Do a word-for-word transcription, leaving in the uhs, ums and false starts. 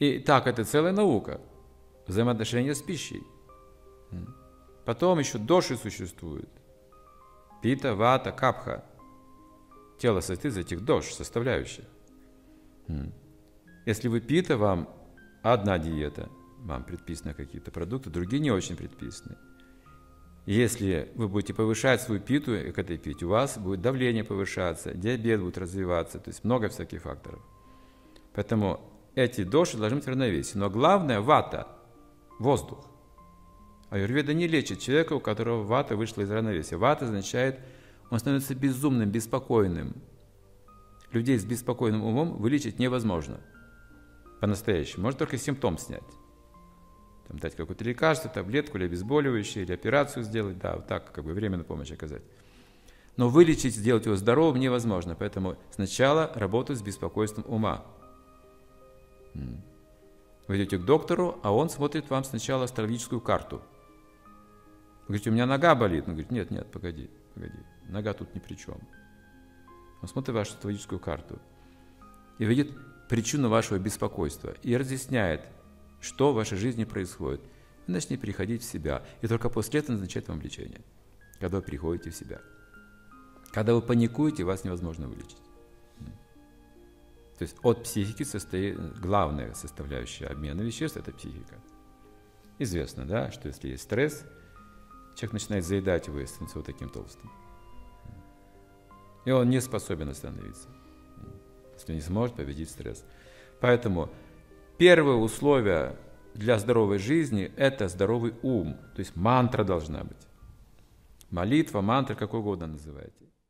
И так, это целая наука. Взаимоотношения с пищей. Потом еще доши существуют. Пита, вата, капха. Тело состоит из этих дош, составляющих. Если вы пита, вам одна диета, вам предписаны какие-то продукты, другие не очень предписаны. Если вы будете повышать свою питу к этой пите, у вас будет давление повышаться, диабет будет развиваться, то есть много всяких факторов. Поэтому эти доши должны быть в равновесии. Но главное – вата, воздух. Аюрведа не лечит человека, у которого вата вышла из равновесия. Вата означает, он становится безумным, беспокойным. Людей с беспокойным умом вылечить невозможно. По-настоящему. Можно только симптом снять. Там, дать какое-то лекарство, таблетку или обезболивающее, или операцию сделать, да, вот так, как бы временную помощь оказать. Но вылечить, сделать его здоровым невозможно. Поэтому сначала работать с беспокойством ума. Вы идете к доктору, а он смотрит вам сначала астрологическую карту. Вы говорите, у меня нога болит. Он говорит, нет, нет, погоди, погоди, нога тут ни при чем. Он смотрит вашу астрологическую карту и видит причину вашего беспокойства и разъясняет, что в вашей жизни происходит. Вы начнете переходить в себя, и только после этого назначает вам лечение, когда вы приходите в себя. Когда вы паникуете, вас невозможно вылечить. То есть от психики состоит главная составляющая обмена веществ – это психика. Известно, да, что если есть стресс, человек начинает заедать его и становится вот таким толстым. И он не способен остановиться, если не сможет победить стресс. Поэтому первое условие для здоровой жизни – это здоровый ум. То есть мантра должна быть. Молитва, мантра, как угодно называйте.